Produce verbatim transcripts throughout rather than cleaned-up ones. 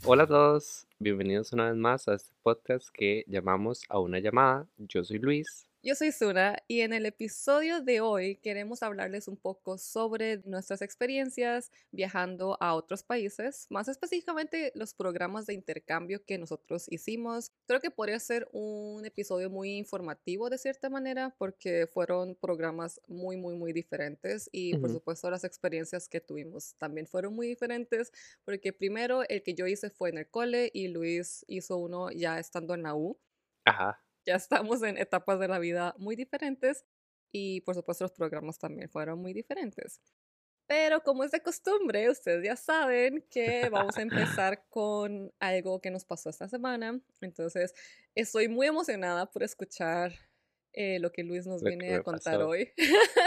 Hola a todos, bienvenidos una vez más a este podcast que llamamos A una llamada. Yo soy Luis. Yo soy Suna y en el episodio de hoy queremos hablarles un poco sobre nuestras experiencias viajando a otros países, más específicamente los programas de intercambio que nosotros hicimos. Creo que podría ser un episodio muy informativo de cierta manera porque fueron programas muy, muy, muy diferentes y por Ujú. supuesto las experiencias que tuvimos también fueron muy diferentes porque primero el que yo hice fue en el cole y Luis hizo uno ya estando en la U. Ajá, Ya estamos en etapas de la vida muy diferentes y por supuesto los programas también fueron muy diferentes. Pero como es de costumbre, ustedes ya saben que vamos a empezar con algo que nos pasó esta semana. Entonces, estoy muy emocionada por escuchar eh, lo que Luis nos lo que viene a me contar pasó. hoy.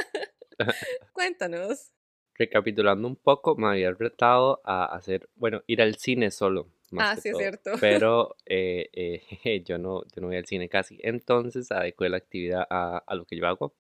Cuéntanos. Recapitulando un poco, me había retado a hacer, bueno, ir al cine solo, más Ah, que sí, es todo. cierto. Pero eh, eh, jeje, yo no, yo no voy al cine casi. Entonces adecué la actividad a, a lo que yo hago.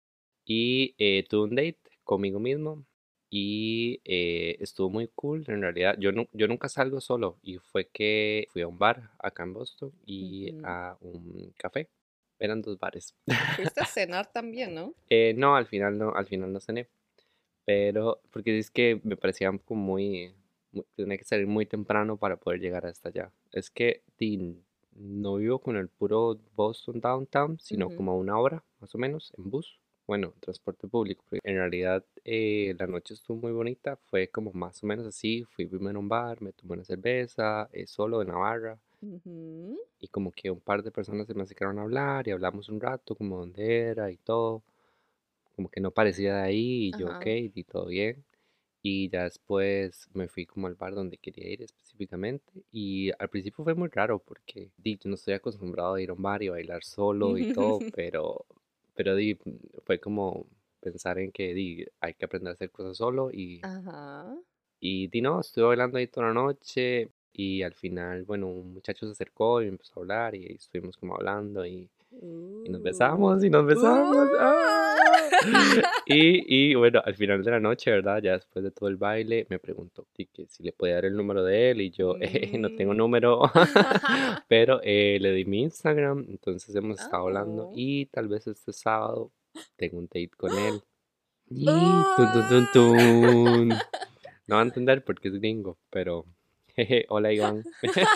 Y eh, tuve un date conmigo mismo. Y eh, estuvo muy cool. En realidad, yo, nu- yo nunca salgo solo. Y fue que fui a un bar acá en Boston y Ujú. a un café. Eran dos bares. Fuiste a cenar también, ¿no? Eh, no, al final no, al final no cené. Pero, porque es que me parecía como muy, muy- tenía que salir muy temprano para poder llegar hasta allá. Es que di, no vivo con el puro Boston Downtown, sino Ujú. como a una hora, más o menos, en bus. Bueno, transporte público. Porque en realidad, eh, la noche estuvo muy bonita. Fue como más o menos así. Fui primero a un bar, me tomé una cerveza, eh, solo de Navarra. Ujú. Y como que un par de personas se me acercaron a hablar y hablamos un rato, como dónde era y todo. Como que no parecía de ahí y yo, ok, Ajá. y todo bien. Y ya después me fui como al bar donde quería ir específicamente. Y al principio fue muy raro porque di, yo no estoy acostumbrado a ir a un bar y bailar solo y todo, pero, pero di, fue como pensar en que di, hay que aprender a hacer cosas solo. Y, Ajá. y di, no, estuve bailando ahí toda la noche. Y al final, bueno, un muchacho se acercó y me empezó a hablar y ahí estuvimos como hablando y, y nos Uh. besamos y nos besamos. Uh. ¡Ah! Y, y bueno, al final de la noche, ¿verdad? Ya después de todo el baile, me preguntó que, que si le podía dar el número de él y yo eh, no tengo Mm. número, pero eh, le di mi Instagram, entonces hemos estado hablando Oh. y tal vez este sábado tengo un date con él. Y tun, tun, tun, Uh. tun. No va a entender porque es gringo, pero jeje, hola Iván.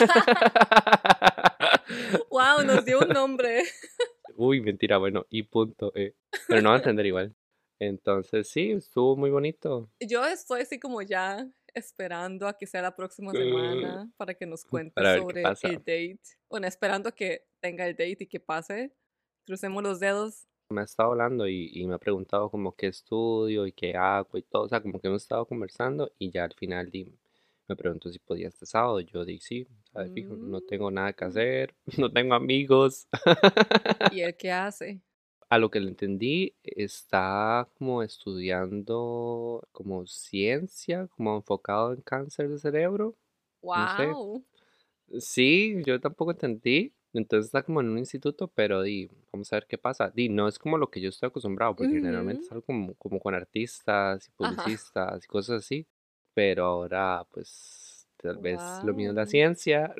Wow, nos dio un nombre. Uy, mentira, bueno, y punto, eh. Pero no va a entender igual. Entonces, sí, estuvo muy bonito. Yo estoy así como ya esperando a que sea la próxima Mm, semana para que nos cuente para ver qué sobre pasa. el date. Bueno, esperando que tenga el date y que pase. Crucemos los dedos. Me ha estado hablando y, y me ha preguntado como qué estudio y qué hago y todo. O sea, como que hemos estado conversando y ya al final di- me preguntó si podía este sábado. Yo dije sí, ¿sabes? Fijo, no tengo nada que Mm. hacer, no tengo amigos. ¿Y él qué hace? A lo que le entendí, está como estudiando como ciencia, como enfocado en cáncer de cerebro. No sé. Wow. Sí, yo tampoco entendí. Entonces está como en un instituto, pero di, vamos a ver qué pasa. Di, no es como lo que yo estoy acostumbrado, porque generalmente es algo como, como con artistas y Ajá. publicistas y cosas así. Pero ahora, pues, tal vez lo mío es la Wow. ciencia.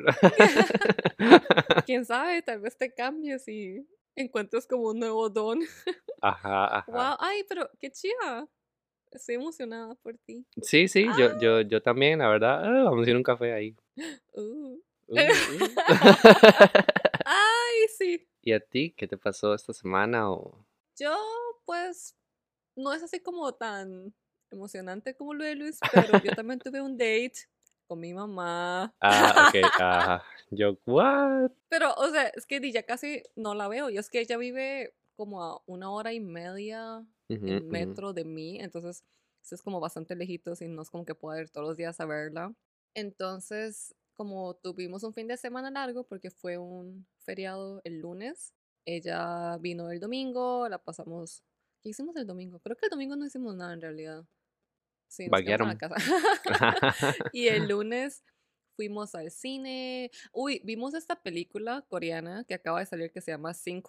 Quién sabe, tal vez te cambies y encuentres como un nuevo don. Ajá, Wow, ajá. ay, pero qué chiva. Estoy emocionada por ti. Sí, sí, yo, Ah, yo, yo también, la verdad. Ah, vamos a ir a un café ahí. uh. Uh, uh. Ay, sí. ¿Y a ti qué te pasó esta semana? O... Yo, pues, no es así como tan emocionante como lo de Luis, pero yo también tuve un date con mi mamá. Ah, ok, ajá. Yo, what? Pero, o sea, es que di, ya casi no la veo. Y es que ella vive como a una hora y media Ujú, en ujú. metro de mí. Entonces, eso es como bastante lejitos y no es como que pueda ir todos los días a verla. Entonces, como tuvimos un fin de semana largo, porque fue un feriado el lunes, ella vino el domingo, la pasamos. ¿Qué hicimos el domingo? Creo que el domingo no hicimos nada en realidad. Sí, nos quedamos en la Vaguearon. casa. Y el lunes fuimos al cine. Uy, vimos esta película coreana que acaba de salir que se llama Sinkhole.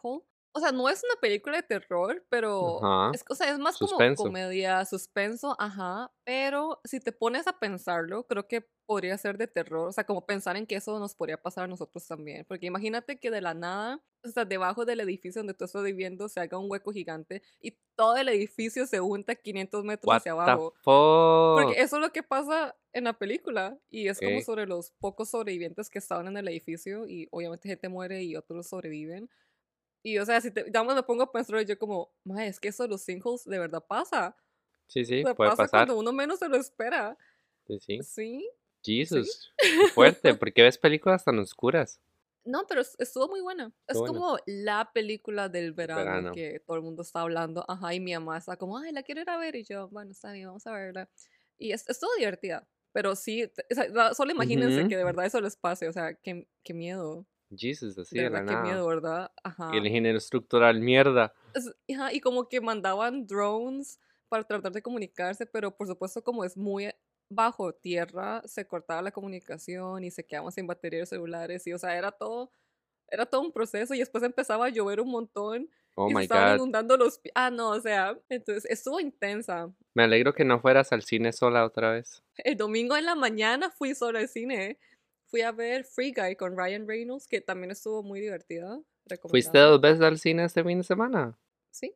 O sea, no es una película de terror, pero Ajá. es, o sea, es más como Suspenso. comedia, suspenso, ajá, pero si te pones a pensarlo, creo que podría ser de terror, o sea, como pensar en que eso nos podría pasar a nosotros también, porque imagínate que de la nada, o sea, debajo del edificio donde tú estás viviendo se haga un hueco gigante y todo el edificio se hunde quinientos metros What hacia the abajo, porque fuck? eso es lo que pasa en la película y es como Ok. sobre los pocos sobrevivientes que estaban en el edificio y obviamente gente muere y otros sobreviven. Y, o sea, si te, ya me pongo a pensar yo como, mae, es que eso de los sinkholes de verdad pasa. Sí, O sí, sea, puede pasa cuando pasar. uno menos se lo espera. Sí, sí. Sí, sí. Jesus. Qué fuerte. ¿Por qué ves películas tan oscuras? No, pero es- estuvo muy buena. Qué Es bueno. como la película del El verano verano. que todo el mundo está hablando. Ajá, y mi mamá está como, ay, la quiero ir a ver. Y yo, bueno, está bien, vamos a verla. Y es, estuvo divertida. Pero sí, te- o sea, la- solo imagínense Ujú. que de verdad eso les pase. O sea, qué, qué miedo. Jesus, así De de la verdad, qué nada. miedo, ¿verdad? Y el Ajá. ingeniero estructural, mierda. Es- ajá, y como que mandaban drones para tratar de comunicarse, pero por supuesto como es muy bajo tierra, se cortaba la comunicación y se quedaban sin baterías celulares y o sea, era todo, era todo un proceso y después empezaba a llover un montón Oh y se my estaban God. inundando los pi- ah, no, o sea, entonces estuvo intensa. Me alegro que no fueras al cine sola otra vez. El domingo en la mañana fui solo al cine. Fui a ver Free Guy con Ryan Reynolds, que también estuvo muy divertida, ¿Fuiste recomendada. dos veces al cine este fin de semana? Sí.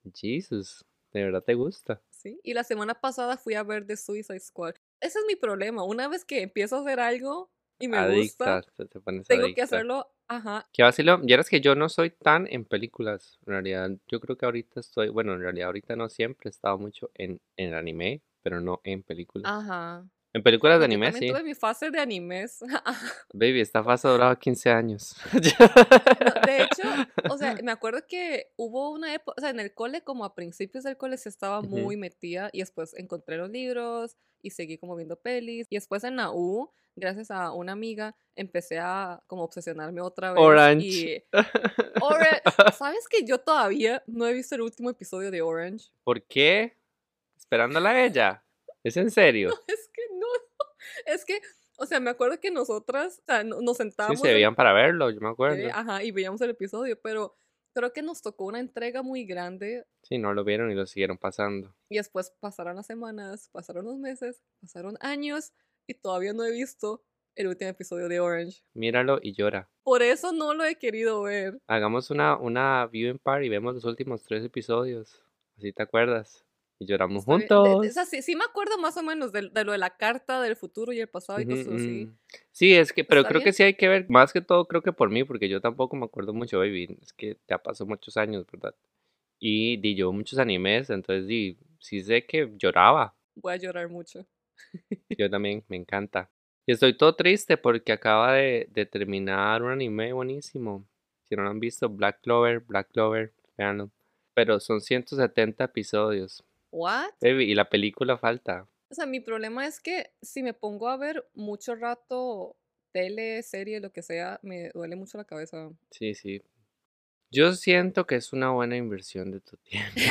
Jesus, ¿de verdad te gusta? Sí, y la semana pasada fui a ver The Suicide Squad. Ese es mi problema. Una vez que empiezo a hacer algo y me gusta, Adicta, te, te pones tengo que adicta. hacerlo, ajá. Qué vacilo. Y es que yo no soy tan en películas. En realidad, yo creo que ahorita estoy, bueno, en realidad ahorita no siempre he estado mucho en, en anime, pero no en películas. Ajá. En películas de No, yo anime, también sí. tuve mi fase de animes. Baby, esta fase ha durado quince años. No, de hecho, o sea, me acuerdo que hubo una época, o sea, en el cole, como a principios del cole, se estaba Ujú. muy metida y después encontré los libros y seguí como viendo pelis. Y después en la U, gracias a una amiga, empecé a como obsesionarme otra vez Orange. y Orange, ¿sabes que yo todavía no he visto el último episodio de Orange? ¿Por qué? Esperándola a ella. ¿Es en No, serio? es que no, es que, o sea, me acuerdo que nosotras, o sea, no- nos Sí, se sentábamos del veían para verlo, yo me café, acuerdo. ajá, y veíamos el episodio, pero creo que nos tocó una entrega muy grande Sí, no lo vieron y lo siguieron pasando. y después pasaron las semanas, pasaron los meses, pasaron años y todavía no he visto el último episodio de Orange. Míralo y llora. Por eso no lo he querido ver. Hagamos una, una viewing party y vemos los últimos tres episodios. Así te acuerdas. Y lloramos Está bien. De- de- o sea, juntos. sí, sí me acuerdo más o menos de, de lo de la carta del futuro y el pasado y Ujú, cosas así. mm. Sí, es que, pero ¿Está creo que bien? sí hay que ver, más que todo creo que por mí, porque yo tampoco me acuerdo mucho, baby. Es que ya pasó muchos años, ¿verdad? Y di yo muchos animes, entonces di, sí sé que lloraba. Voy a llorar mucho. Yo también, me encanta. Y estoy todo triste porque acaba de, de terminar un anime buenísimo. Si no lo han visto, Black Clover, Black Clover, véanlo. Pero son ciento setenta episodios. ¿What? Baby, y la película falta. O sea, mi problema es que si me pongo a ver mucho rato tele, serie, lo que sea, me duele mucho la cabeza. Sí, sí. Yo siento que es una buena inversión de tu tiempo.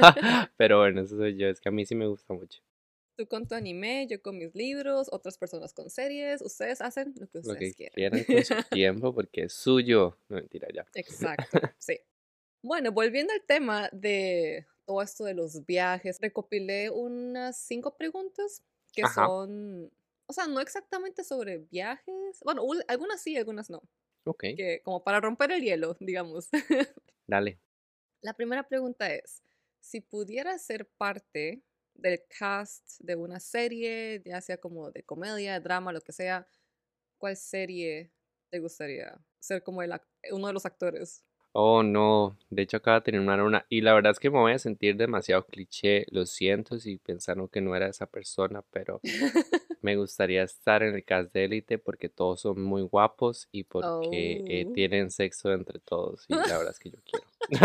Pero bueno, eso soy yo. Es que a mí sí me gusta mucho. Tú con tu anime, yo con mis libros, otras personas con series, ustedes hacen lo que Lo ustedes que quieran. quieran con su tiempo porque es suyo. No, mentira, ya. Exacto, sí. Bueno, volviendo al tema de todo esto de los viajes, recopilé unas cinco preguntas que Ajá, son, o sea, no exactamente sobre viajes, bueno, ul- algunas sí, algunas no, ok, que como para romper el hielo, digamos. dale. La primera pregunta es, si pudieras ser parte del cast de una serie, ya sea como de comedia, drama, lo que sea, ¿cuál serie te gustaría ser como el ac- uno de los actores? Oh, no. De hecho, acaba de terminar una. Y la verdad es que me voy a sentir demasiado cliché. Lo siento si pensaron que no era esa persona, pero me gustaría estar en el cast de élite porque todos son muy guapos y porque eh, Oh. tienen sexo entre todos. Y la verdad es que yo quiero.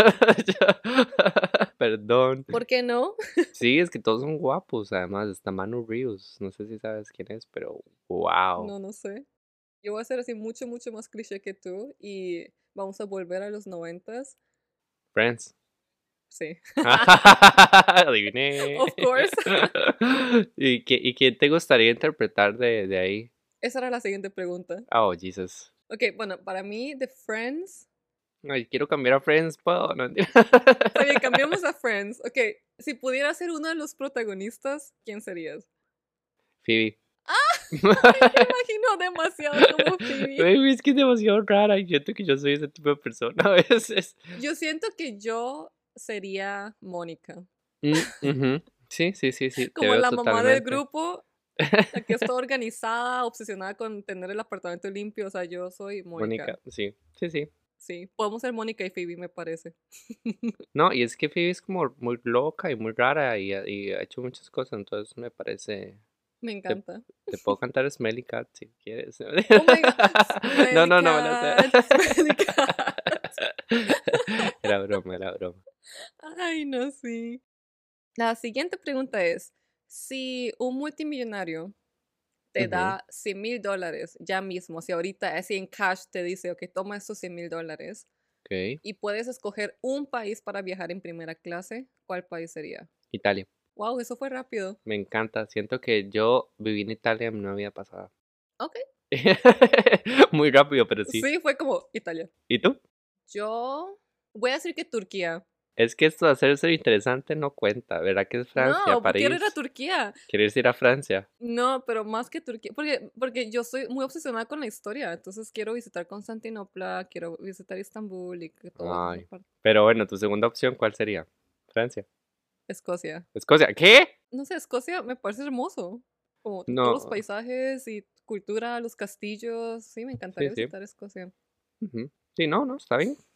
Perdón. ¿Por qué no? Sí, es que todos son guapos. Además, está Manu Reeves. No sé si sabes quién es, pero wow. No, no sé. Yo voy a ser así mucho, mucho más cliché que tú y vamos a volver a los noventas. Friends. Sí. Adiviné. Of course. ¿Y, qué, ¿Y quién te gustaría interpretar de, de ahí? Esa era la siguiente pregunta. Oh, Jesus. Ok, bueno, para mí, The Friends, Ay, quiero cambiar a Friends, ¿puedo? No, mentira. Está bien, cambiamos a Friends. Ok, si pudieras ser uno de los protagonistas, ¿quién serías? Phoebe. Me imagino demasiado como Phoebe. Baby, es que es demasiado rara y siento que yo soy ese tipo de persona a veces. Yo siento que yo sería Mónica. Mm, ujú. Sí, sí, sí, sí, te Como veo la mamá del totalmente. grupo, la que está organizada, obsesionada con tener el apartamento limpio. O sea, yo soy Mónica. Mónica, sí, sí, sí. Sí, podemos ser Mónica y Phoebe, me parece. No, y es que Phoebe es como muy loca y muy rara y, ha y ha hecho muchas cosas, entonces me parece. Me Te, encanta. te puedo cantar Smelly Cat si quieres. Oh my god. No, Smelly no, no me la sé. cat, smelly cat. Era broma, era broma. Ay, no, sí. La siguiente pregunta es, si un multimillonario te Ujú, da cien mil dólares ya mismo, si ahorita así en cash te dice, ok, toma estos cien mil dólares ok. y puedes escoger un país para viajar en primera clase, ¿cuál país sería? Italia. Wow, eso fue rápido. Me encanta. Siento que yo viví en Italia en una vida pasada. Ok, Muy rápido, pero sí. sí, fue como Italia. ¿Y tú? Yo voy a decir que Turquía. Es que esto de hacerse interesante no cuenta, ¿verdad? Que es Francia, No, quiero ir a París. Turquía. ¿Quieres ir a Francia? No, pero más que Turquía, porque, porque yo soy muy obsesionada con la historia, entonces quiero visitar Constantinopla, quiero visitar Estambul y que toda esa Ay. parte. Pero bueno, tu segunda opción, ¿cuál sería? Francia. Escocia. Escocia. ¿Qué? No sé, Escocia me parece hermoso, como todos los No. paisajes y cultura, los castillos, sí, me Sí, encantaría sí. visitar Escocia. Ujú. Sí, no, no, está bien.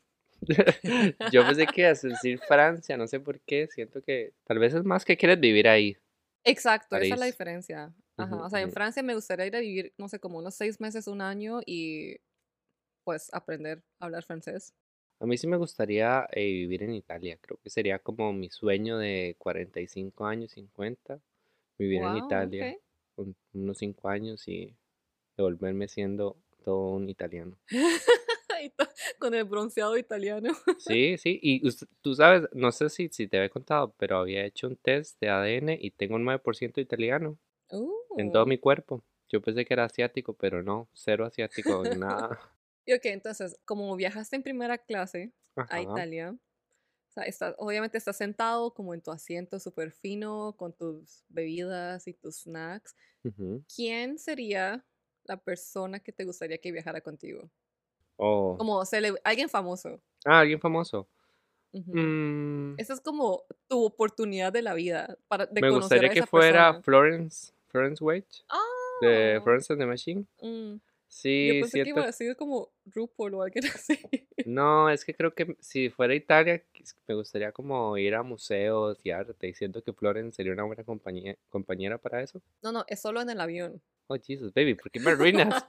Yo pensé que ibas a decir Francia, no sé por qué. Siento que tal vez es más que quieres vivir ahí, Exacto, esa es la París. diferencia. Ajá, Ujú, o sea, en ujú. Francia me gustaría ir a vivir, no sé, como unos seis meses, un año y pues aprender a hablar francés. A mí sí me gustaría eh, vivir en Italia. Creo que sería como mi sueño de cuarenta y cinco años, cincuenta, vivir en Wow, Italia ok. un- unos cinco años y devolverme siendo todo un italiano. Y to- con el bronceado italiano. Sí, sí, y us- tú sabes, no sé si, si te había contado, pero había hecho un test de A D N y tengo un nueve por ciento italiano en todo Uh. mi cuerpo. Yo pensé que era asiático, pero no, cero asiático en nada. Y ok, entonces, como viajaste en primera clase a Ajá. Italia, o sea, estás, obviamente estás sentado como en tu asiento súper fino, con tus bebidas y tus snacks. Ujú. ¿Quién sería la persona que te gustaría que viajara contigo? Oh. Como cele- alguien famoso. Ah, alguien famoso. Ujú. Mm, Esa es como tu oportunidad de la vida para, de me conocer a gustaría que esa fuera persona. Florence, Florence Welch, de Ah, Florence and the Machine. mm, yo Sí, pensé que iba siento. a decir como RuPaul o alguien así. No, es que creo que si fuera Italia, quis- me gustaría como ir a museos y arte, y siento que Florence sería una buena compañía, compañera para eso. No, no, es solo en el avión. Oh, Jesus, baby, ¿por qué me arruinas?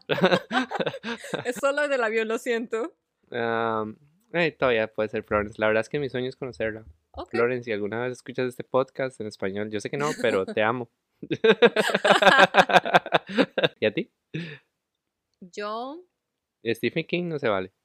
Es solo en el avión, lo siento. Am, eh, todavía puede ser Florence. La verdad es que mi sueño es conocerla. Ok. Florence, si alguna vez escuchas este podcast en español, yo sé que no, pero te amo. ¿Y a ti? Yo. Stephen King no se vale.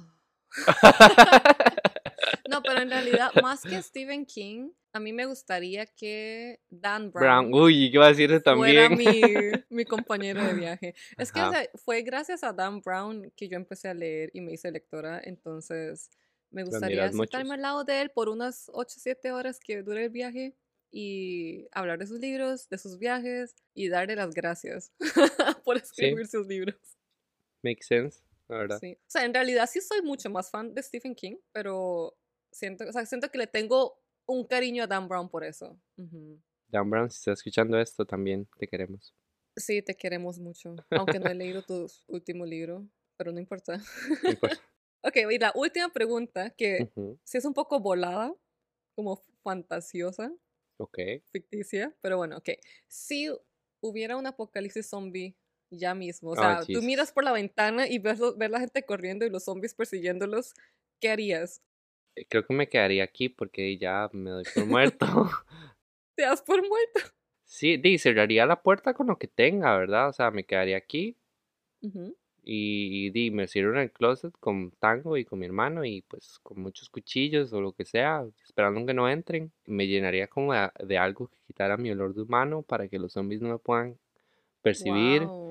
No, pero en realidad, más que Stephen King, a mí me gustaría que Dan Brown, Brown uy, ¿qué va a decir fuera también? mi, mi compañero de viaje. Es que, o Ajá, sea, fue gracias a Dan Brown que yo empecé a leer y me hice lectora, entonces me lo gustaría admiras sentarme muchos. al lado de él por unas ocho o siete horas que dure el viaje y hablar de sus libros, de sus viajes y darle las gracias por Sí, escribir sus libros. makes sense, la verdad. Sí. O sea, en realidad sí soy mucho más fan de Stephen King, pero siento, o sea, siento que le tengo un cariño a Dan Brown por eso. Ujú. Dan Brown, si estás escuchando esto, también te queremos. Sí, te queremos mucho, aunque no he leído tu último libro, pero no importa. No importa. Ok, y la última pregunta, que Ujú, sí es un poco volada, como fantasiosa, ok. ficticia, pero bueno, ok. Si hubiera un apocalipsis zombie ya mismo, o Oh, sea, tú miras Jesus. por la ventana y ves, lo- ves la gente corriendo y los zombies persiguiéndolos, ¿qué harías? Eh, Creo que me quedaría aquí porque ya me doy por muerto. Te das por muerto. Sí, di, cerraría la puerta con lo que tenga, ¿verdad? O sea, me quedaría aquí Ujú. y, di, me cierro en el closet con Tango y con mi hermano y pues con muchos cuchillos o lo que sea, esperando que no entren. Me llenaría como de, de algo que quitara mi olor de humano para que los zombies no me puedan percibir. Wow.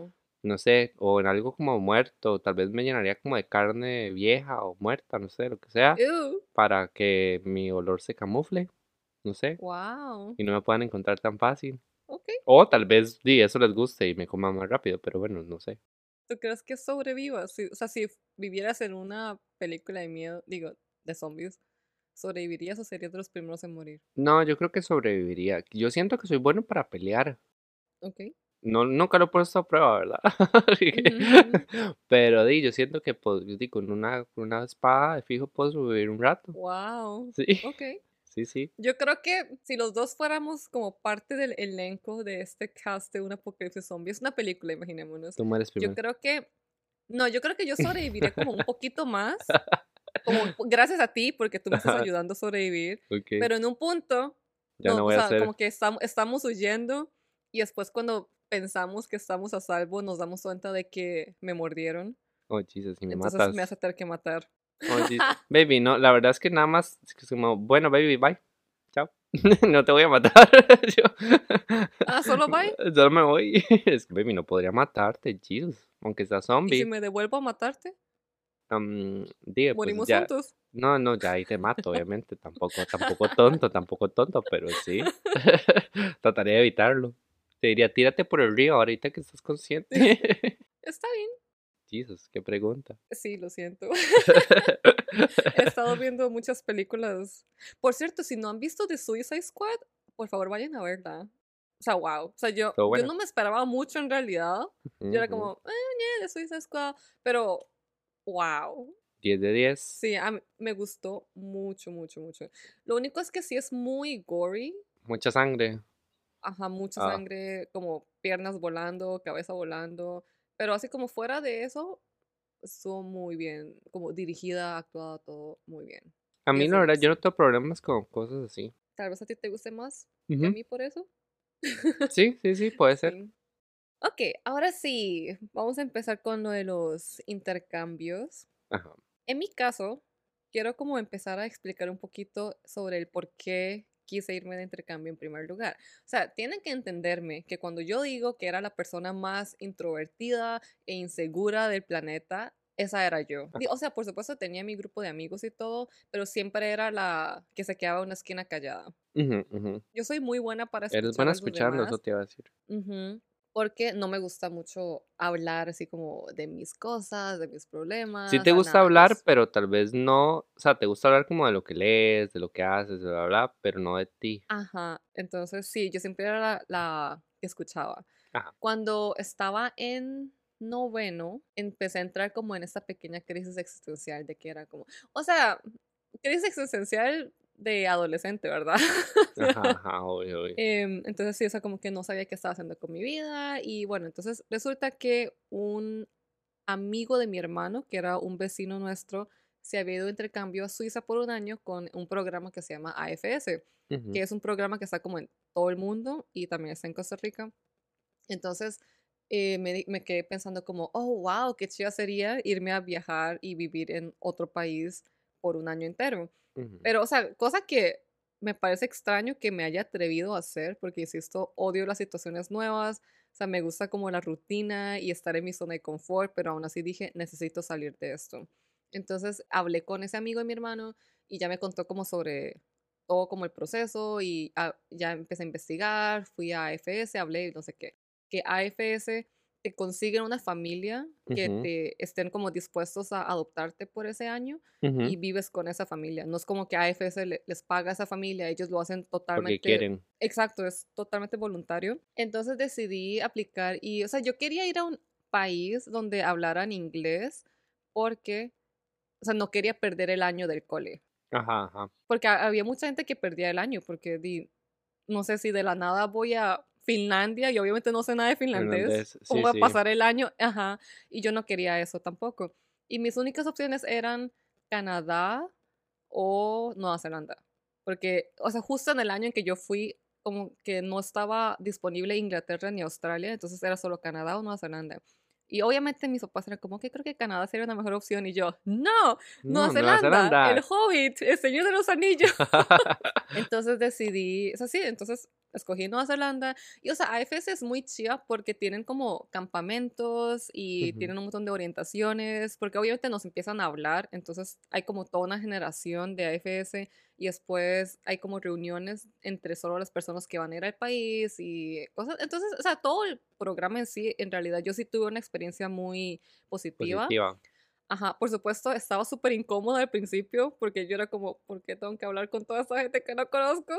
no sé, o en algo como muerto, tal vez me llenaría como de carne vieja o muerta, no sé, lo que sea, Ew. para que mi olor se camufle, no sé, Wow. y no me puedan encontrar tan fácil. Ok. O tal vez, di, eso les guste y me coman más rápido, pero bueno, no sé. ¿Tú crees que sobrevivas? Si- o sea, si vivieras en una película de miedo, digo, de zombies, ¿sobrevivirías o serías de los primeros en morir? No, yo creo que sobreviviría. Yo siento que soy bueno para pelear. Ok. No, nunca lo he puesto a prueba, ¿verdad? Ujú, ujú. Pero di, yo siento que pues, di, con una, con una espada de fijo puedo sobrevivir un rato. Wow. Sí, Ok. sí, sí. Yo creo que si los dos fuéramos como parte del elenco de este cast de un apocalipsis zombie, es una película, imaginémonos. Tú mueres Yo primero. creo que, no, yo creo que yo sobreviviré como un poquito más, como p- gracias a ti, porque tú me estás Ajá, ayudando a sobrevivir, ok, pero en un punto, ya no, no o voy a sea, hacer. como que estamos, estamos huyendo y después cuando pensamos que estamos a salvo, nos damos cuenta de que me mordieron, Oh, Jesus, si me entonces me matas. vas a tener que matar. Oh, Je- baby, no, la verdad es que nada más, es que es como, bueno, baby, bye, chao. No te voy a matar. Yo, Ah, ¿solo bye? solo me voy. Es que, baby, no podría matarte, Jesus, aunque sea ¿Y si zombie. me devuelvo a matarte? Am, diga, pues Morimos ya, juntos. no, no, ya ahí te mato, obviamente, tampoco, tampoco tonto, tampoco tonto, pero sí, trataré de evitarlo. Te diría, tírate por el río ahorita que estás consciente. Está bien. Jesus, qué pregunta. Sí, lo siento. He estado viendo muchas películas. Por cierto, si no han visto The Suicide Squad, por favor vayan a verla. O sea, wow. O sea, yo, Todo yo bueno. no me esperaba mucho en realidad. Yo era Ujú. como, eh, yeah, The Suicide Squad. Pero, wow. diez de diez, Sí, a mí me gustó mucho, mucho, mucho. Lo único es que sí es muy gory. mucha sangre. Ajá, mucha Ah, sangre, como piernas volando, cabeza volando. Pero así como fuera de eso, estuvo muy bien, como dirigida, actuada, todo muy bien. a mí diez la de verdad, diez yo no sí. tengo problemas con cosas así. Tal vez a ti te guste más que a Ujú. mí por eso. Sí, sí, sí, puede ser. Sí. Ok, ahora sí, vamos a empezar con lo de los intercambios. Ajá. En mi caso, quiero como empezar a explicar un poquito sobre el por qué quise irme de intercambio en primer lugar. O sea, tienen que entenderme que cuando yo digo que era la persona más introvertida e insegura del planeta, esa era yo. Di- O sea, por supuesto tenía mi grupo de amigos y todo, pero siempre era la que se quedaba en una esquina callada. Ujú, ujú. Yo soy muy buena para Eres escuchar buena a los escuchando, eso demás. te iba a decir. Ujú. Porque no me gusta mucho hablar así como de mis cosas, de mis Sí problemas, te a gusta nada. Yo, hablar, pero tal vez no, o sea, te gusta hablar como de lo que lees, de lo que haces, bla, bla, bla, pero no de ti. ajá, entonces sí, yo siempre era la, la que escuchaba. Ajá. Cuando estaba en noveno, empecé a entrar como en esta pequeña crisis existencial de que era como, o sea, crisis existencial de adolescente, ¿verdad? Ajá, ajá, obvio, obvio. Em, entonces sí, o sea, como que no sabía qué estaba haciendo con mi vida y bueno, entonces resulta que un amigo de mi hermano, que era un vecino nuestro, se había ido de intercambio a Suiza por un año con un programa que se llama A F S, Ujú, que es un programa que está como en todo el mundo y también está en Costa Rica. Entonces eh, me, di- me quedé pensando como, oh, wow, qué chida sería irme a viajar y vivir en otro país por un año entero. ujú. Pero, o sea, cosa que me parece extraño que me haya atrevido a hacer, porque insisto, odio las situaciones nuevas, o sea, me gusta como la rutina y estar en mi zona de confort, pero aún así dije, necesito salir de esto. Entonces hablé con ese amigo de mi hermano y ya me contó como sobre todo como el proceso y ah, ya empecé a investigar, fui a A F S, hablé y no sé qué. Que A F S te consiguen una familia que Ujú, te estén como dispuestos a adoptarte por ese año ujú, y vives con esa familia. No es como que A F S le- les paga a esa familia, ellos lo hacen porque totalmente, quieren. exacto, es totalmente voluntario. Entonces decidí aplicar y, o sea, yo quería ir a un país donde hablaran inglés porque, o sea, no quería perder el año del cole. Ajá, ajá. Porque ha- había mucha gente que perdía el año porque di, no sé si de la nada voy a Finlandia y obviamente no sé nada de finlandés. Hernández, ¿Cómo sí, voy a sí. pasar el año? Ajá. Y yo no quería eso tampoco. Y mis únicas opciones eran Canadá o Nueva Zelanda. Porque, o sea, justo en el año en que yo fui, como que no estaba disponible Inglaterra ni Australia, entonces era solo Canadá o Nueva Zelanda. Y obviamente mis papás eran como que creo que Canadá sería una mejor opción. Y yo, no, Nueva No, Nueva Zelanda, el Zelanda. Hobbit, el Señor de los Anillos. Entonces decidí, es así, entonces escogí Nueva Zelanda. Y, o sea, A F S es muy chiva porque tienen como campamentos y Ujú. tienen un montón de orientaciones, porque obviamente nos empiezan a hablar, entonces hay como toda una generación de A F S y después hay como reuniones entre solo las personas que van a ir al país y cosas. Entonces, o sea, todo el programa en sí, en realidad yo sí tuve una experiencia muy positiva. Positiva. Ajá, por supuesto, estaba súper incómoda al principio porque yo era como, ¿por qué tengo que hablar con toda esa gente que no conozco?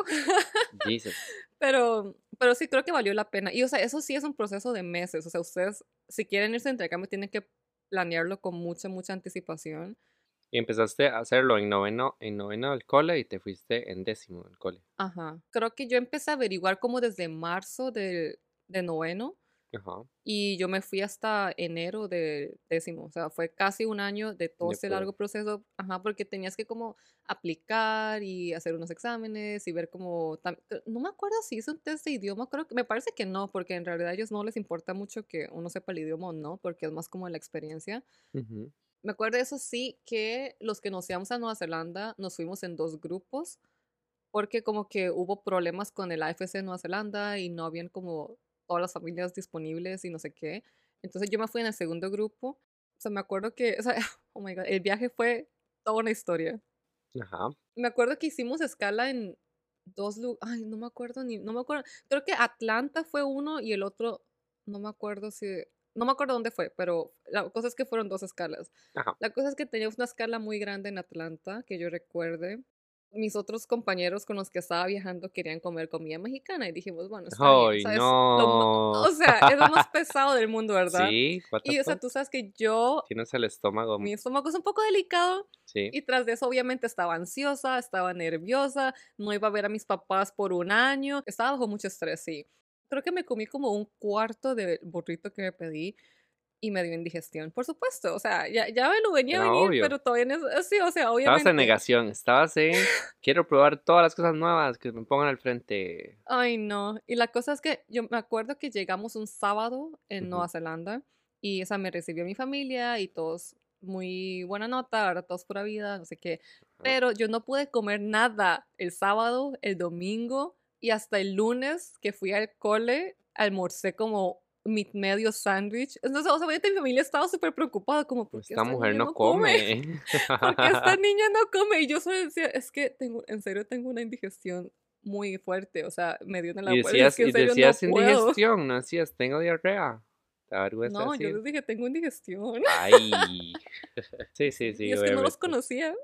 Jesus. Pero, pero sí creo que valió la pena. Y, o sea, eso sí es un proceso de meses. O sea, ustedes, si quieren irse de intercambio, tienen que planearlo con mucha, mucha anticipación. Y empezaste a hacerlo en noveno, en noveno del cole y te fuiste en décimo del cole. Ajá. Creo que yo empecé a averiguar como desde marzo de, de noveno Ajá. y yo me fui hasta enero de décimo. O sea, fue casi un año de todo De ese prueba. largo proceso. Ajá, porque tenías que como aplicar y hacer unos exámenes y ver como... tam- eh, No me acuerdo si hice un test de idioma, creo que me parece que no, porque en realidad a ellos no les importa mucho que uno sepa el idioma o no, porque es más como la experiencia. Ujú. Me acuerdo eso sí que los que nos íbamos a Nueva Zelanda nos fuimos en dos grupos porque como que hubo problemas con el A F C de Nueva Zelanda y no habían como todas las familias disponibles y no sé qué. Entonces yo me fui en el segundo grupo. O sea, me acuerdo que, o sea, oh my God, el viaje fue toda una historia. Ajá. Me acuerdo que hicimos escala en dos lugares, ay, no me acuerdo ni, no me acuerdo, creo que Atlanta fue uno y el otro, no me acuerdo si, no me acuerdo dónde fue, pero la cosa es que fueron dos escalas. Ajá. La cosa es que teníamos una escala muy grande en Atlanta, que yo recuerde. Mis otros compañeros con los que estaba viajando querían comer comida mexicana y dijimos, bueno, está bien, o Ay, sea, es lo, ma- no. o sea, es lo más pesado del mundo, ¿verdad? Sí, what the Y, o sea, fuck. tú sabes que yo Tienes el estómago. mi estómago es un poco delicado Sí. y tras de eso obviamente estaba ansiosa, estaba nerviosa, no iba a ver a mis papás por un año, estaba bajo mucho estrés, sí. Creo que me comí como un cuarto del burrito que me pedí y me dio indigestión, por supuesto, o sea, ya, ya me lo venía a Era venir, obvio. pero todavía no es, sí, o sea, Estabas en obviamente. negación. Estabas en. Quiero probar todas las cosas nuevas que me pongan al frente. Ay, no. Y la cosa es que yo me acuerdo que llegamos un sábado en Ujú. Nueva Zelanda y esa me recibió mi familia y todos muy buena nota, ahora todos pura vida, no sé qué. Ajá. Pero yo no pude comer nada el sábado, el domingo y hasta el lunes que fui al cole, almorcé como mi medio sándwich. Entonces, o sea, obviamente mi familia estaba súper preocupada, como, ¿por qué Esta esta mujer niña no no come? come. ¿Por qué esta niña no come? Y yo solo decía, es que tengo, en serio tengo una indigestión muy fuerte, o sea, me dio en el Y agua, es decías, que en y serio no decías puedo. indigestión, no decías, tengo diarrea. Te da vergüenza No, yo decir. les dije, tengo indigestión. Ay. Sí, Sí, sí, y sí, es que no los obviamente. conocía.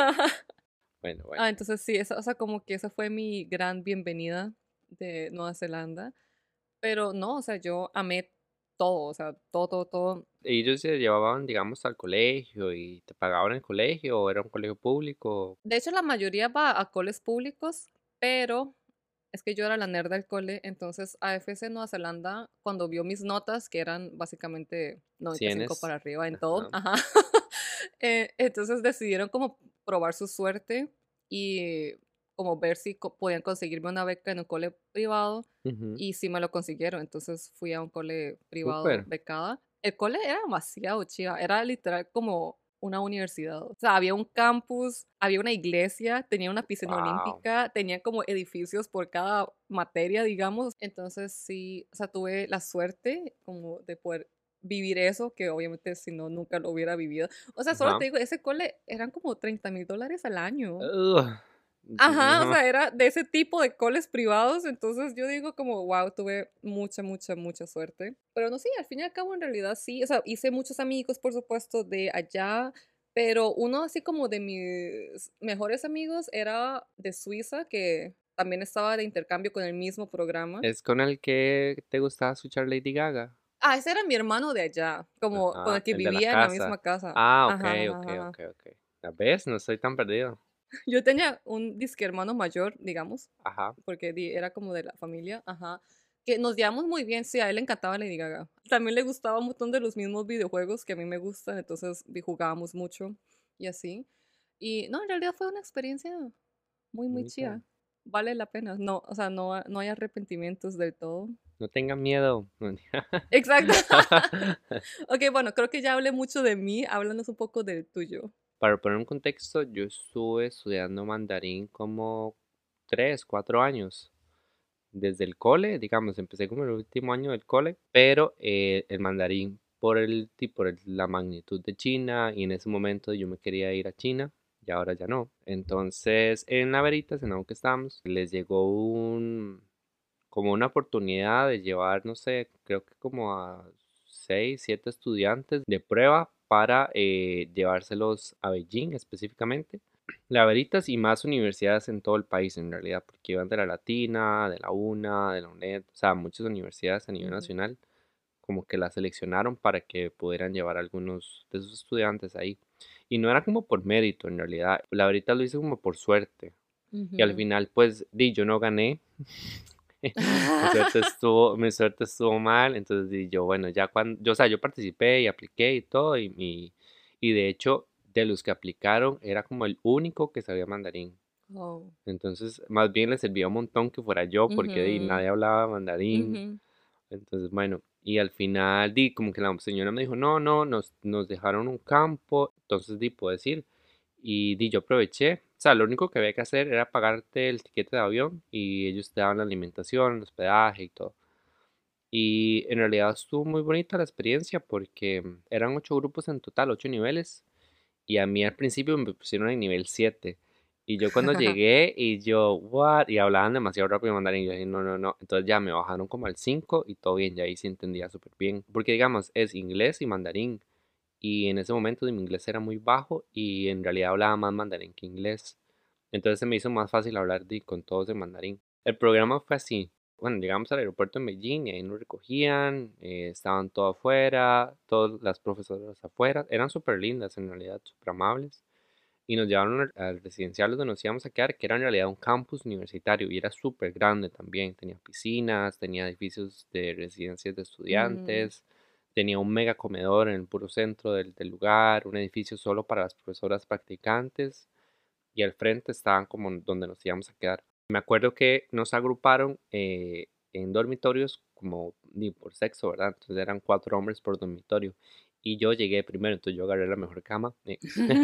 Bueno, bueno. Ah, entonces sí, esa, o sea, como que esa fue mi gran bienvenida de Nueva Zelanda. Pero no, o sea, yo amé todo, o sea, todo, todo, todo. Ellos se llevaban, digamos, al colegio y te pagaban el colegio o era un colegio público. De hecho, la mayoría va a coles públicos, pero es que yo era la nerd del cole, entonces A F C Nueva Zelanda, cuando vio mis notas, que eran básicamente noventa y cinco Tienes. para arriba en todo, Ajá. ajá, eh, entonces decidieron como probar su suerte y como ver si co- podían conseguirme una beca en un cole privado Ujú. y sí me lo consiguieron, entonces fui a un cole privado Súper. becada. El cole era demasiado chiva, era literal como una universidad. O sea, había un campus, había una iglesia, tenía una piscina Wow. olímpica, tenía como edificios por cada materia, digamos. Entonces sí, o sea, tuve la suerte como de poder vivir eso, que obviamente si no, nunca lo hubiera vivido. O sea, solo Ajá. te digo, ese cole eran como treinta mil dólares al año. Ugh. Ajá, o No, sea, era de ese tipo de coles privados, entonces yo digo como, wow, tuve mucha, mucha, mucha suerte. Pero no, sí, al fin y al cabo en realidad sí, o sea, hice muchos amigos, por supuesto, de allá, pero uno así como de mis mejores amigos era de Suiza, que también estaba de intercambio con el mismo programa. es con el que te gustaba escuchar Lady Gaga. Ah, ese era mi hermano de allá, como con el Ajá, que el de la vivía en la casa. misma casa. Ah, ok, Ajá, ajá, ok, ajá. ok, ok. ¿La ves? No estoy tan perdido. Yo tenía un disque hermano mayor, digamos, Ajá. porque di- era como de la familia, ajá, que nos llevamos muy bien, sí, a él le encantaba Lady Gaga. También le gustaba un montón de los mismos videojuegos que a mí me gustan, entonces di- jugábamos mucho y así. Y no, en realidad fue una experiencia muy, muy Bonita. chida. Vale la pena. No, o sea, no, no hay arrepentimientos del todo. No tengan miedo. Exacto. Ok, bueno, creo que ya hablé mucho de mí. Háblanos un poco del tuyo. Para poner un contexto, yo estuve estudiando mandarín como tres, cuatro años. desde el cole, digamos, empecé como el último año del cole, pero eh, el mandarín por el, ti- por el- la magnitud de China y en ese momento yo me quería ir a China y ahora ya no. Entonces, en la Veritas, en la que estábamos, les llegó un, como una oportunidad de llevar, no sé, creo que como a seis, siete estudiantes de prueba para eh, llevárselos a Beijing específicamente. La Veritas y más universidades en todo el país en realidad, porque iban de la Latina, de la UNA, de la UNED, o sea, muchas universidades a nivel Ujú. nacional, como que la seleccionaron para que pudieran llevar algunos de sus estudiantes ahí. Y no era como por mérito en realidad, la Veritas lo hizo como por suerte. Y al Ujú. final, pues, di, yo no gané. Mi suerte estuvo, mi suerte estuvo mal, entonces di yo, bueno, ya cuando, yo, o sea, yo participé y apliqué y todo, y, y, y de hecho, de los que aplicaron, era como el único que sabía mandarín. Oh. Entonces, más bien le servía un montón que fuera yo, porque di, Ujú. nadie hablaba mandarín. Ujú. Entonces, bueno, y al final, di, como que la señora me dijo, no, no, nos, nos dejaron un campo, entonces di, puedes ir. Y di, yo aproveché, o sea, lo único que había que hacer era pagarte el tiquete de avión y ellos te daban la alimentación, el hospedaje y todo. Y en realidad estuvo muy bonita la experiencia porque mm, eran ocho grupos en total, ocho niveles. Y a mí al principio me pusieron en nivel siete. Y yo cuando llegué y yo, what? Y hablaban demasiado rápido mandarín. Yo dije, no, no, no. Entonces ya me bajaron como al cinco y todo bien, ya ahí sí entendía súper bien. Porque digamos, es inglés y mandarín. Y en ese momento mi inglés era muy bajo y en realidad hablaba más mandarín que inglés. Entonces se me hizo más fácil hablar di, con todos en mandarín. El programa fue así. Bueno, llegamos al aeropuerto en Beijing y ahí nos recogían, eh, estaban todos afuera, todas las profesoras afuera, eran súper lindas en realidad, súper amables. Y nos llevaron al, al residencial donde nos íbamos a quedar, que era en realidad un campus universitario y era súper grande también. Tenía piscinas, tenía edificios de residencias de Mm. estudiantes, tenía un mega comedor en el puro centro del, del lugar, un edificio solo para las profesoras practicantes y al frente estaban como donde nos íbamos a quedar. Me acuerdo que nos agruparon eh, en dormitorios como ni por sexo, ¿verdad? Entonces eran cuatro hombres por dormitorio. Y yo llegué primero, entonces yo agarré la mejor cama. eh,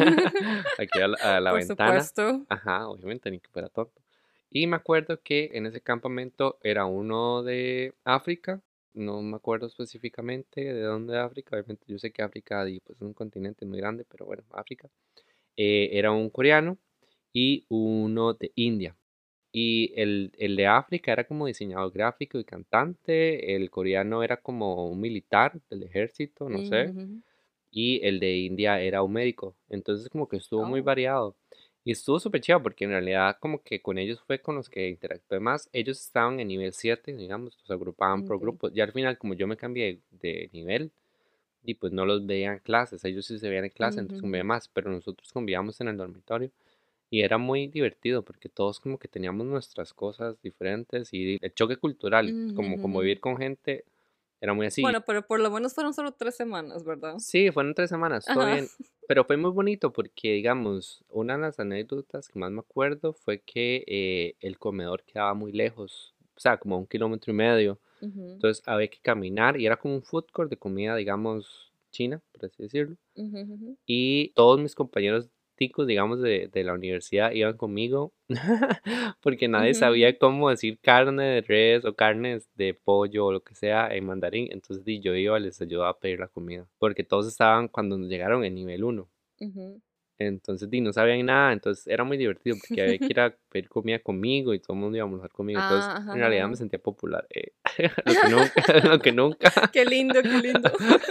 aquí a la, a la Por ventana. supuesto. Ajá, obviamente, ni que fuera tonto. Y me acuerdo que en ese campamento era uno de África, no me acuerdo específicamente de dónde de África, obviamente yo sé que África y, pues, es un continente muy grande, pero bueno, África. Eh, era un coreano y uno de India. Y el, el de África era como diseñador gráfico y cantante, el coreano era como un militar del ejército, no sé, Ujú. y el de India era un médico. Entonces como que estuvo muy Oh. variado. Y estuvo súper chido porque en realidad como que con ellos fue con los que interactué más. Ellos estaban en nivel siete digamos, los agrupaban por Okay. grupos. Y al final como yo me cambié de nivel, y pues no los veían en clases, ellos sí se veían en clase, entonces convivían Ujú. más, pero nosotros convivíamos en el dormitorio. Y era muy divertido porque todos como que teníamos nuestras cosas diferentes y el choque cultural, como, como Ujú. vivir con gente, era muy así. Bueno, pero por lo menos fueron solo tres semanas, ¿verdad? Sí, fueron tres semanas, todo Ajá. bien, pero fue muy bonito porque, digamos, una de las anécdotas que más me acuerdo fue que eh, el comedor quedaba muy lejos, o sea, como a un kilómetro y medio, Ujú. entonces había que caminar y era como un food court de comida, digamos, china, por así decirlo. Ujú, ujú. Y todos mis compañeros ticos, digamos, de, de la universidad iban conmigo porque nadie Ujú, ujú. sabía cómo decir carne de res o carnes de pollo o lo que sea en mandarín. Entonces di, yo iba, les ayudaba a pedir la comida porque todos estaban cuando nos llegaron en nivel uno. Ujú. Entonces di, no sabían nada, entonces era muy divertido porque había que ir a pedir comida conmigo y todo el mundo iba a almorzar conmigo. Entonces Ah, ajá, en realidad me ajá. sentía popular, eh, lo que nunca, lo que nunca. Qué lindo, qué lindo.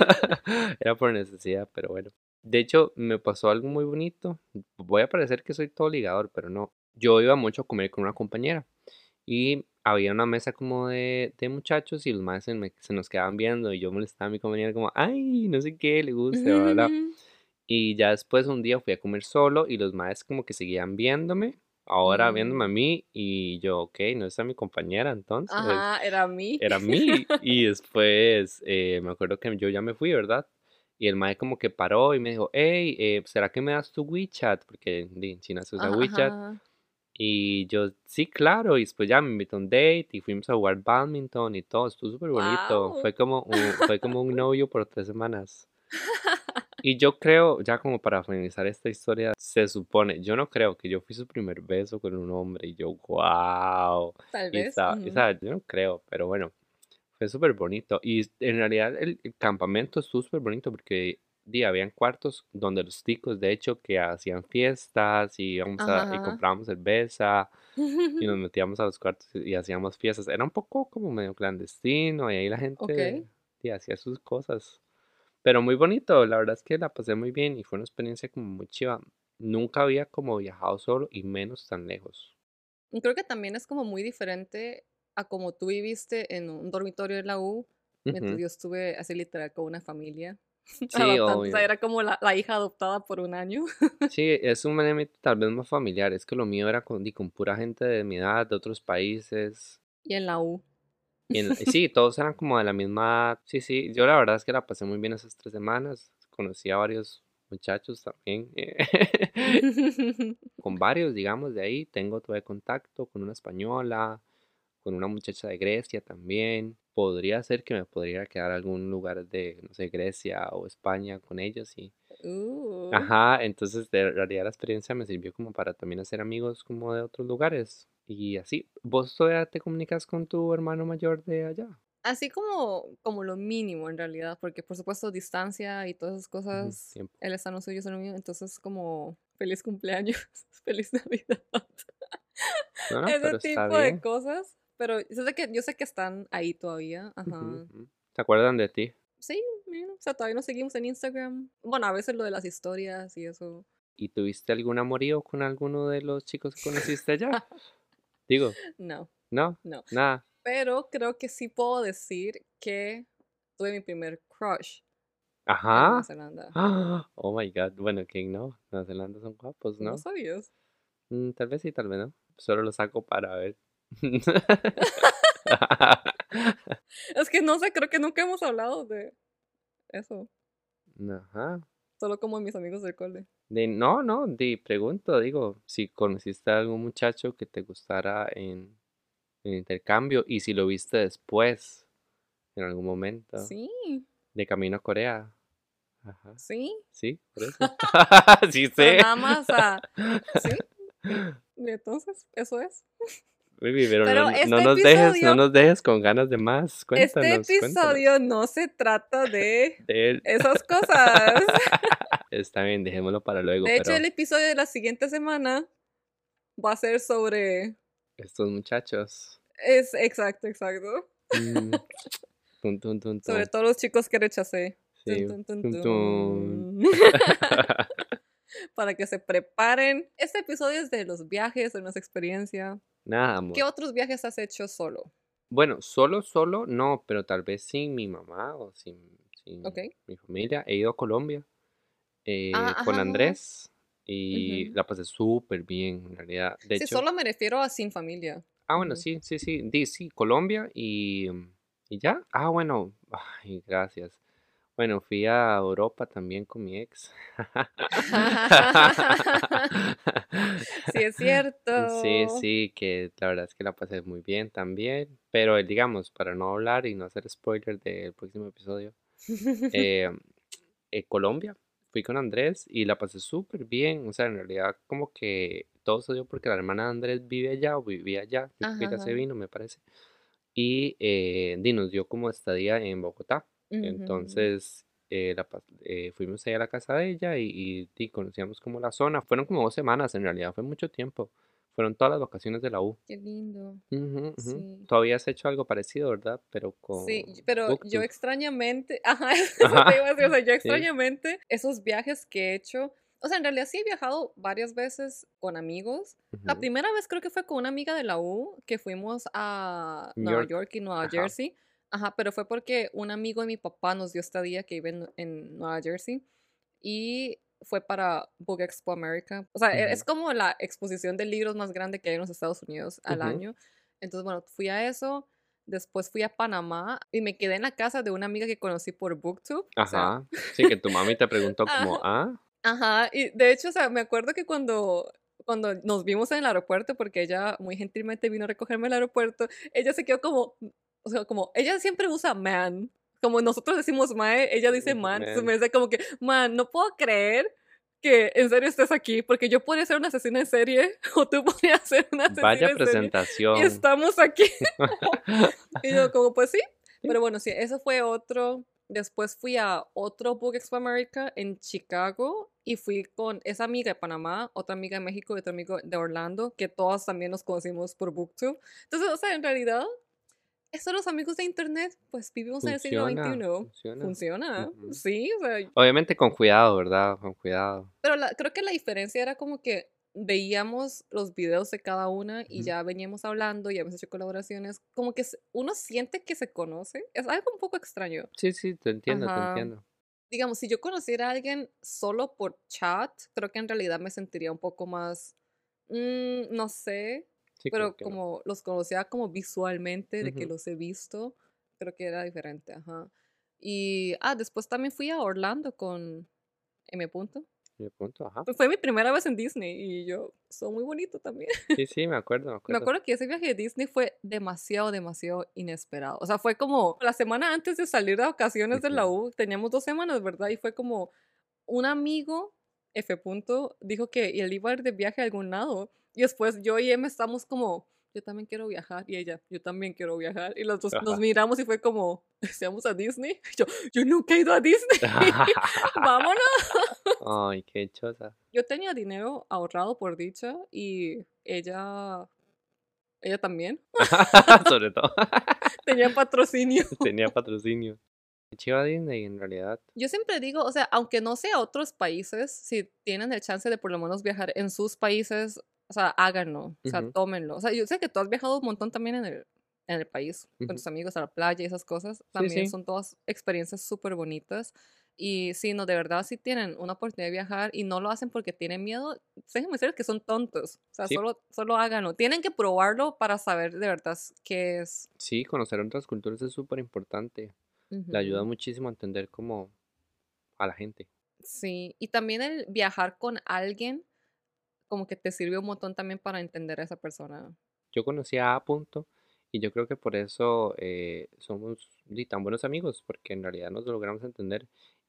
Era por necesidad, pero bueno. De hecho, me pasó algo muy bonito. Voy a parecer que soy todo ligador, pero no. Yo iba mucho a comer con una compañera y había una mesa como de, de muchachos y los más se, me- se nos quedaban viendo y yo molestaba a mi compañera como, ay, no sé qué, le gusta, Ujú, bla, bla. ujú. Y ya después un día fui a comer solo y los maes como que seguían viéndome, ahora viéndome a Mm. mí y yo, ok, no está mi compañera entonces, Ajá, era a mí. era a mí. Y después eh, me acuerdo que yo ya me fui, ¿verdad? Y el mae como que paró y me dijo, hey, eh, ¿será que me das tu WeChat? Porque di, en China se usa Ajá, WeChat. ajá. Y yo, sí, claro. Y después ya me invitó a un date y fuimos a jugar badminton y todo. Estuvo súper bonito. Wow. Fue como un, fue como un novio por tres semanas. Y yo creo, ya como para finalizar esta historia, Se supone, yo no creo que yo fui su primer beso con un hombre y yo, wow. Tal Y vez. estaba, y, Ujú. ¿sabes? Yo no creo, pero bueno, fue súper bonito. Y en realidad el, el campamento estuvo súper bonito porque di, habían cuartos donde los ticos, de hecho, que hacían fiestas y íbamos a, y Ajá. comprábamos cerveza y nos metíamos a los cuartos y, y hacíamos fiestas. Era un poco como medio clandestino y ahí la gente Ok. di, hacía sus cosas. Pero muy bonito, la verdad es que la pasé muy bien y fue una experiencia como muy chiva. Nunca había como viajado solo y menos tan lejos. Y creo que también es como muy diferente a como tú viviste en un dormitorio de la U, mientras Ujú. yo estuve así literal con una familia Sí, adoptando. O sea, obvio. era como la, la hija adoptada por un año. Sí, es un elemento tal vez más familiar. Es que lo mío era con, di, con pura gente de mi edad, de otros países. Y en la U. Y, en- y sí, todos eran como de la misma edad. Sí, sí, yo la verdad es que la pasé muy bien esas tres semanas. Conocí a varios muchachos también. Con varios, digamos, de ahí. Tengo todavía contacto con una española, con una muchacha de Grecia también. Podría ser que me podría quedar algún lugar de, no sé, Grecia o España con ellos y Uh. ajá, entonces de realidad la experiencia me sirvió como para también hacer amigos como de otros lugares y así. ¿Vos todavía te comunicas con tu hermano mayor de allá? Así como, como lo mínimo en realidad, porque por supuesto distancia y todas esas Ujú, cosas, tiempo. él está en lo suyo, yo estoy en lo mío, entonces como feliz cumpleaños, feliz Navidad, No, no, ese pero está tipo de bien. cosas, pero yo sé que, yo sé que están ahí todavía, Ujú, ajá. ujú. ¿Se acuerdan de ti? Sí, mira, o sea, todavía nos seguimos en Instagram. Bueno, a veces lo de las historias y eso. ¿Y tuviste algún amorío con alguno de los chicos que conociste allá? Digo, No, no, no. nada. Pero creo que sí puedo decir que tuve mi primer crush en Nueva Ajá. Zelanda. Ah, oh my God. Bueno, ¿quién no? Nueva Zelanda son guapos, ¿No ¿no? sabías? Mm, tal vez sí, tal vez no. Solo lo saco para ver. Es que no sé, creo que nunca hemos hablado de eso. Ajá. Solo como mis amigos del cole. De, no, no, de pregunto, digo, si conociste a algún muchacho que te gustara en, en intercambio y si lo viste después, en algún momento, Sí, de camino a Corea. Ajá. sí. Sí, por eso. Sí Pero sé. nada más a... Sí. Y entonces, eso es. Baby, pero no, Pero no no este nos dejes, no episodio, nos dejes con ganas de más. este Cuéntanos, cuéntanos. episodio no se trata de De él. esas cosas. Está bien, dejémoslo para luego, De hecho, el pero episodio de la siguiente semana va a ser sobre... estos muchachos. Es exacto, exacto. Mm, tun, tun, tun, Sobre tun. todos los chicos que rechacé. Tun, Sí. tun, tun, Tun, tun. tun. Para que se preparen. Este episodio es de los viajes, de nuestra experiencia. Nada, ¿Qué amor. otros viajes has hecho solo? Bueno, solo, solo, no, pero tal vez sin mi mamá o sin, Ok. sin mi familia. He ido a Colombia Ah, eh, con ajá. Andrés y Ujú. la pasé súper bien, en realidad. De Sí, hecho, solo me refiero a sin familia. ah, bueno, Ujú. sí, sí, sí, di, sí, Colombia y, mm, y ya. Ah, bueno, ay, gracias. Bueno, fui a Europa también con mi ex. Sí, es Sí, cierto. sí, que la verdad es que la pasé muy bien también, pero eh, digamos, para no hablar y no hacer spoiler del próximo episodio, eh, eh, Colombia, fui con Andrés y la pasé súper bien, o sea, en realidad como que todo se dio porque la hermana de Andrés vive allá o vivía allá, yo creo que Ajá, ya se ajá. vino, me parece, y eh, di, nos dio como estadía en Bogotá, Ujú. entonces eh, la pas- eh, fuimos ahí a la casa de ella y, y di, conocíamos como la zona, fueron como dos semanas en realidad, fue mucho tiempo, fueron todas las vacaciones de la U. Qué lindo. Ujú, ujú. Sí. Todavía has hecho algo parecido, ¿verdad? Pero Sí, con y- pero yo BookTube. extrañamente, ajá, eso te iba Ajá, a decir, o sea, yo sí. extrañamente, esos viajes que he hecho, o sea, en realidad sí he viajado varias veces con amigos. La Ujú. primera vez creo que fue con una amiga de la U, que fuimos a New Nueva York. York y Nueva Ajá. Jersey, ajá, pero fue porque un amigo de mi papá nos dio estadía que vive en, en Nueva Jersey y fue para Book Expo America. O sea, e- Ujú, es como la exposición de libros más grande que hay en los Estados Unidos al ujú. año. Entonces, bueno, fui a eso. Después fui a Panamá y me quedé en la casa de una amiga que conocí por BookTube. O sea, Ajá. Sí, que tu mami te preguntó como, ajá, ah, ajá. Y de hecho, o sea, me acuerdo que cuando, cuando nos vimos en el aeropuerto, porque ella muy gentilmente vino a recogerme al aeropuerto, ella se quedó como, o sea, como, ella siempre usa man. Como nosotros decimos mae, ella dice man. Entonces man. me dice como que, man, no puedo creer que en serio estés aquí, porque yo podría ser una asesina en serie o tú podrías ser una asesina Vaya en serie y presentación. estamos aquí. Y yo como, pues sí, Sí. pero bueno, sí, eso fue otro. Después fui a otro Book Expo America en Chicago y fui con esa amiga de Panamá, otra amiga de México y otro amigo de Orlando, que todas también nos conocimos por BookTube. Entonces, o sea, en realidad, estos los amigos de internet, pues vivimos en el siglo Funciona, veintiuno. funciona. Funciona, Ujú. sí, o sea, Obviamente con cuidado, ¿verdad? Con cuidado. pero la- creo que la diferencia era como que veíamos los videos de cada una y Ujú. ya veníamos hablando y habíamos hecho colaboraciones, como que se- uno siente que se conoce, es algo un poco extraño. Sí, sí, te entiendo, te Ajá. entiendo. Digamos, si yo conociera a alguien solo por chat, creo que en realidad me sentiría un poco más, mm, no sé, Sí, como pero que no. como los conocía como visualmente, de que Ujú. los he visto, creo que era diferente, ajá. Y, ah, después también fui a Orlando con M. Punto. Y de punto, ajá. Pues fue mi primera vez en Disney y yo, son muy bonito también. Sí, sí, me acuerdo, me Me acuerdo. acuerdo que ese viaje de Disney fue demasiado, demasiado inesperado. O sea, fue como la semana antes de salir de vacaciones de la Ujú. U, teníamos dos semanas, ¿verdad? Y fue como un amigo, F. Punto, dijo que él iba a ir de viaje a algún lado. Y después yo y Emma estamos como, yo también quiero viajar. Y ella, yo también quiero viajar. Y los dos nos Ajá. miramos y fue como, ¿seamos a Disney? Yo, yo nunca he ido a Disney. Vámonos. Ay, qué chosa. Yo tenía dinero ahorrado por dicha y ella, ella también. Sobre todo. Tenía patrocinio. Tenía patrocinio. Qué chiva Disney, en realidad. Yo siempre digo, o sea, aunque no sea otros países, si tienen el chance de por lo menos viajar en sus países, o sea, háganlo, o sea, Ujú, tómenlo. O sea, yo sé que tú has viajado un montón también en el, en el país, con ujú. tus amigos a la playa y esas cosas, Sí, también sí. son todas experiencias súper bonitas. Y sí, no, de verdad, si tienen una oportunidad de viajar y no lo hacen porque tienen miedo, déjenme decir que son tontos. O sea, Sí, solo, solo háganlo. Tienen que probarlo para saber de verdad qué es. sí, conocer otras culturas es súper importante. Le ayuda Ujú. muchísimo a entender como a la gente. Sí, y también el viajar con alguien como que te sirve un montón también para entender a esa persona. Yo conocí a A Punto y yo creo que por eso eh, somos di, tan buenos amigos, porque en realidad nos logramos entender.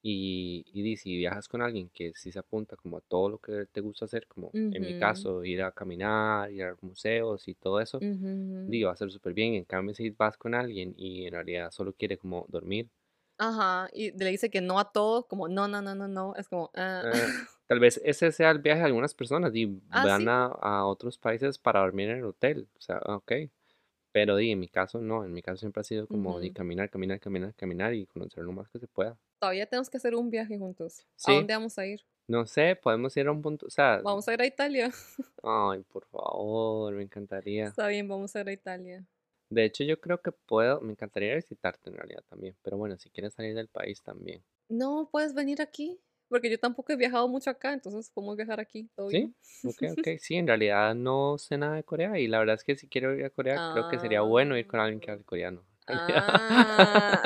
Y, y di, si viajas con alguien que sí se apunta como a todo lo que te gusta hacer, como en mi Ujú, caso, ir a caminar, ir a museos y todo eso, ujú. di, va a ser súper bien. En cambio, si vas con alguien y en realidad solo quiere como dormir, Ajá, y le dice que no a todo, como no, no, no, no, no, es como, ah, eh, tal vez ese sea el viaje de algunas personas y ah, van sí, a, a otros países para dormir en el hotel. O sea, ok. Pero di, en mi caso no, en mi caso siempre ha sido como de ujú. caminar, caminar, caminar, caminar y conocer lo más que se pueda. Todavía tenemos que hacer un viaje juntos. ¿A Sí, dónde vamos a ir? no sé, podemos ir a un punto, o sea, Vamos a ir a Italia. ay, por favor, me encantaría. Está bien, vamos a ir a Italia. De hecho, yo creo que puedo, me encantaría visitarte en realidad también, pero bueno, si quieres salir del país también. No, puedes venir aquí, porque yo tampoco he viajado mucho acá, entonces podemos viajar aquí, todo ¿Sí? bien. Ok, ok, sí, en realidad no sé nada de Corea y la verdad es que si quiero ir a Corea, creo que sería bueno ir con alguien que Ah, hable coreano. ah.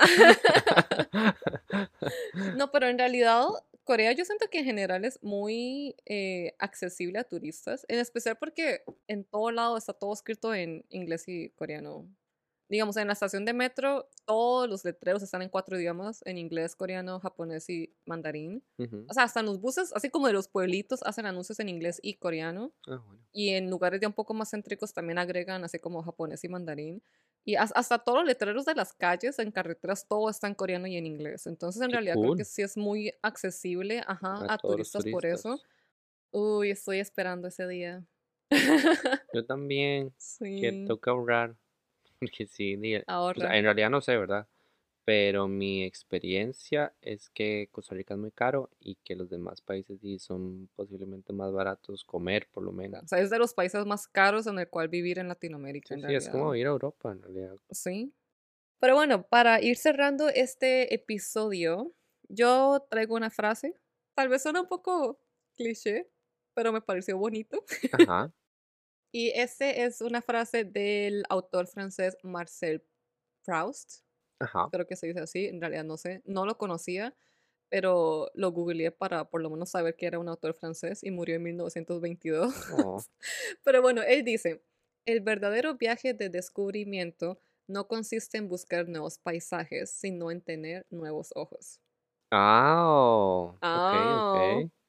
No, pero en realidad Corea yo siento que en general es muy eh, accesible a turistas, en especial porque en todo lado está todo escrito en inglés y coreano. Digamos, en la estación de metro, todos los letreros están en cuatro idiomas, en inglés, coreano, japonés y mandarín. Ujú. O sea, hasta en los buses, así como de los pueblitos, hacen anuncios en inglés y coreano. Ah, bueno, Y en lugares ya un poco más céntricos también agregan así como japonés y mandarín. Y has- hasta todos los letreros de las calles, en carreteras, todo está en coreano y en inglés. Entonces, en qué realidad creo que cool sí es muy accesible, ajá, a a todos los turistas por eso. turistas. Uy, estoy esperando ese día. Yo también, que Sí, toca ahorrar. Porque sí, di- o sea, ahorra. en realidad no sé, ¿verdad? Pero mi experiencia es que Costa Rica es muy caro y que los demás países sí son posiblemente más baratos comer, por lo O menos. sea, es de los países más caros en el cual vivir en Latinoamérica, Sí, en sí, es realidad. como ir a Europa, en realidad. Sí. Pero bueno, para ir cerrando este episodio, yo traigo una frase. Tal vez suena un poco cliché, pero me pareció bonito. Ajá, Y ese es una frase del autor francés Marcel Proust. ajá. Creo que se dice así, en realidad no sé. No lo conocía, pero lo googleé para por lo menos saber que era un autor francés y murió en mil novecientos veintidós. Oh. Pero bueno, él dice, el verdadero viaje de descubrimiento no consiste en buscar nuevos paisajes, sino en tener nuevos ojos. Ah, oh, ok, Ah, ok.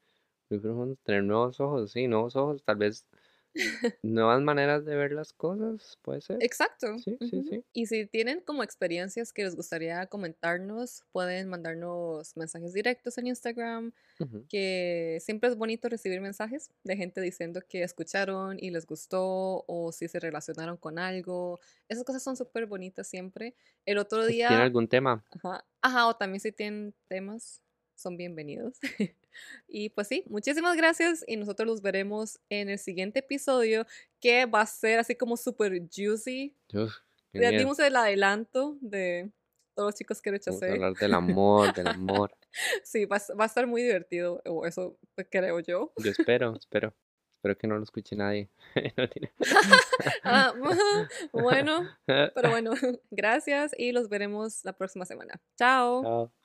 Muy profundo, tener nuevos ojos, sí, nuevos ojos, tal vez nuevas maneras de ver las cosas, puede ser. Exacto. Sí, sí, Ujú. sí. Y si tienen como experiencias que les gustaría comentarnos, pueden mandarnos mensajes directos en Instagram, Ujú. que siempre es bonito recibir mensajes de gente diciendo que escucharon y les gustó o si se relacionaron con algo. Esas cosas son súper bonitas siempre. El otro O si tiene día, algún tema, ajá, ajá, o también si tienen temas, son bienvenidos. Y pues sí, muchísimas gracias y nosotros los veremos en el siguiente episodio que va a ser así como súper juicy. uf, qué Ya miedo. dimos el adelanto de todos los chicos que Vamos a rechacé. hablar del amor, del amor. Sí, va, a s- va a estar muy divertido, o eso creo yo. Yo espero, espero. Espero que no lo escuche nadie. No, mentira. Ah, bueno, pero bueno, gracias y los veremos la próxima semana. Chao. Chao.